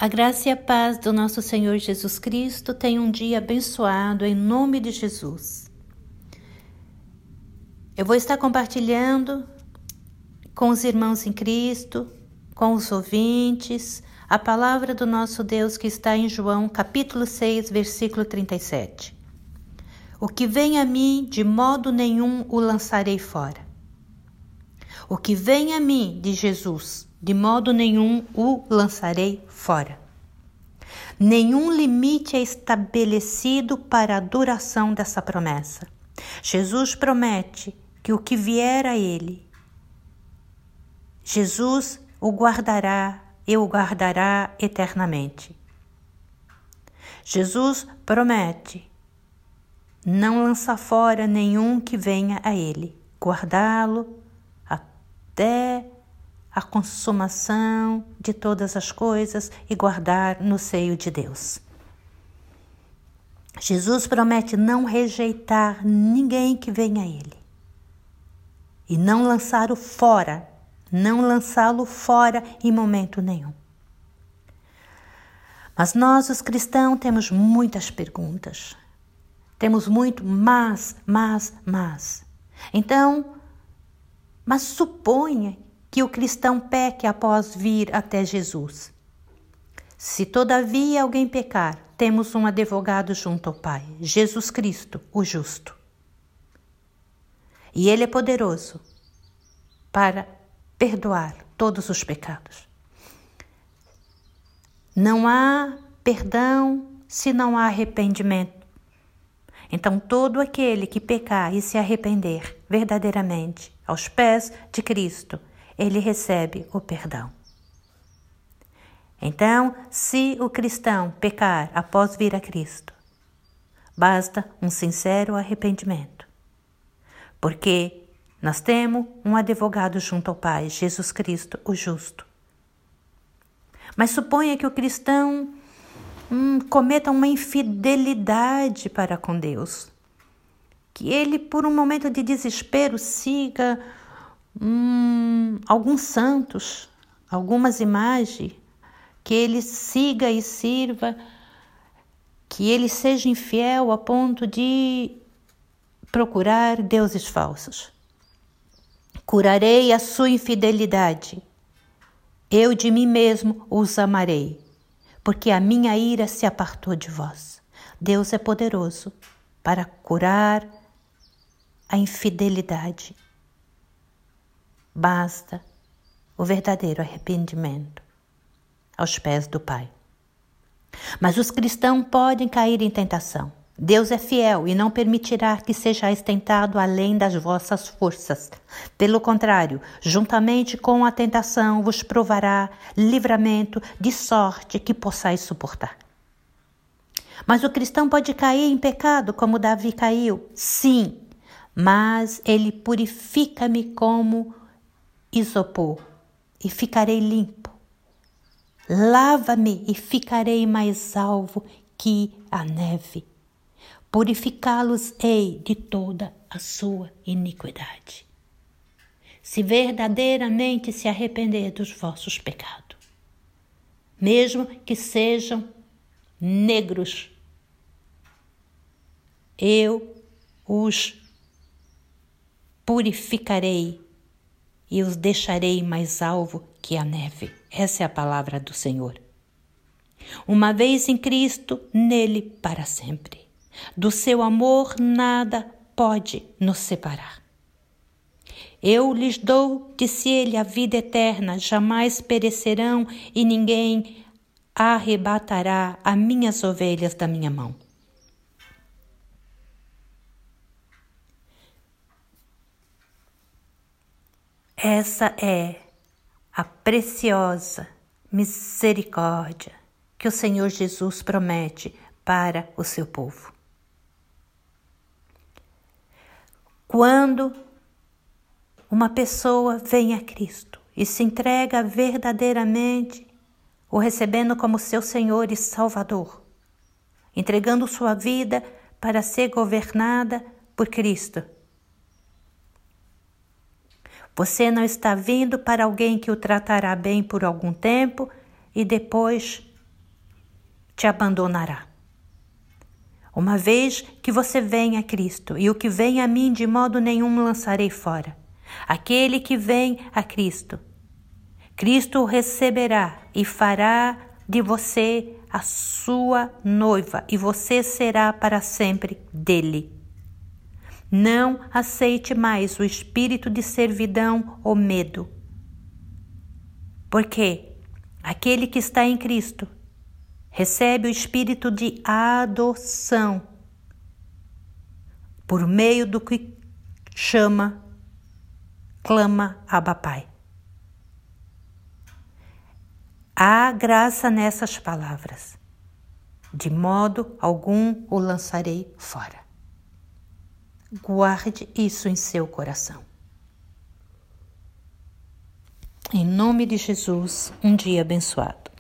A graça e a paz do nosso Senhor Jesus Cristo tenham um dia abençoado em nome de Jesus. Eu vou estar compartilhando com os irmãos em Cristo, com os ouvintes, a palavra do nosso Deus que está em João capítulo 6, versículo 37. O que vem a mim, de modo nenhum o lançarei fora. O que vem a mim de Jesus, de modo nenhum o lançarei fora. Nenhum limite é estabelecido para a duração dessa promessa. Jesus promete que o que vier a ele, Jesus o guardará e o guardará eternamente. Jesus promete não lançar fora nenhum que venha a ele, guardá-lo até a consumação de todas as coisas e guardar no seio de Deus. Jesus promete não rejeitar ninguém que venha a ele e não lançá-lo fora em momento nenhum. Mas nós, os cristãos, temos muitas perguntas. Temos muito mas. Então, mas suponha que o cristão peque após vir até Jesus. Se todavia alguém pecar, temos um advogado junto ao Pai, Jesus Cristo, o justo. E Ele é poderoso para perdoar todos os pecados. Não há perdão se não há arrependimento. Então, todo aquele que pecar e se arrepender verdadeiramente aos pés de Cristo, ele recebe o perdão. Então, se o cristão pecar após vir a Cristo, basta um sincero arrependimento. Porque nós temos um advogado junto ao Pai, Jesus Cristo, o justo. Mas suponha que o cristão cometa uma infidelidade para com Deus. Que ele, por um momento de desespero, siga alguns santos, algumas imagens, que ele siga e sirva, que ele seja infiel a ponto de procurar deuses falsos. Curarei a sua infidelidade. Eu de mim mesmo os amarei, porque a minha ira se apartou de vós. Deus é poderoso para curar a infidelidade. Basta o verdadeiro arrependimento aos pés do Pai. Mas os cristãos podem cair em tentação. Deus é fiel e não permitirá que sejais tentado além das vossas forças. Pelo contrário, juntamente com a tentação vos provará livramento de sorte que possais suportar. Mas o cristão pode cair em pecado como Davi caiu? Sim, mas ele purifica-me como isopor e ficarei limpo. Lava-me e ficarei mais alvo que a neve. Purificá-los-ei de toda a sua iniquidade. Se verdadeiramente se arrepender dos vossos pecados, mesmo que sejam negros, eu os purificarei e os deixarei mais alvo que a neve. Essa é a palavra do Senhor. Uma vez em Cristo, nele para sempre. Do seu amor nada pode nos separar. Eu lhes dou, disse ele, a vida eterna, jamais perecerão e ninguém arrebatará as minhas ovelhas da minha mão. Essa é a preciosa misericórdia que o Senhor Jesus promete para o seu povo. Quando uma pessoa vem a Cristo e se entrega verdadeiramente, o recebendo como seu Senhor e Salvador, entregando sua vida para ser governada por Cristo, você não está vindo para alguém que o tratará bem por algum tempo e depois te abandonará. Uma vez que você vem a Cristo, e o que vem a mim de modo nenhum lançarei fora. Aquele que vem a Cristo, Cristo o receberá e fará de você a sua noiva, e você será para sempre dele. Não aceite mais o espírito de servidão ou medo, porque aquele que está em Cristo recebe o espírito de adoção, por meio do que clama Abba Pai. Há graça nessas palavras. De modo algum o lançarei fora. Guarde isso em seu coração. Em nome de Jesus, um dia abençoado.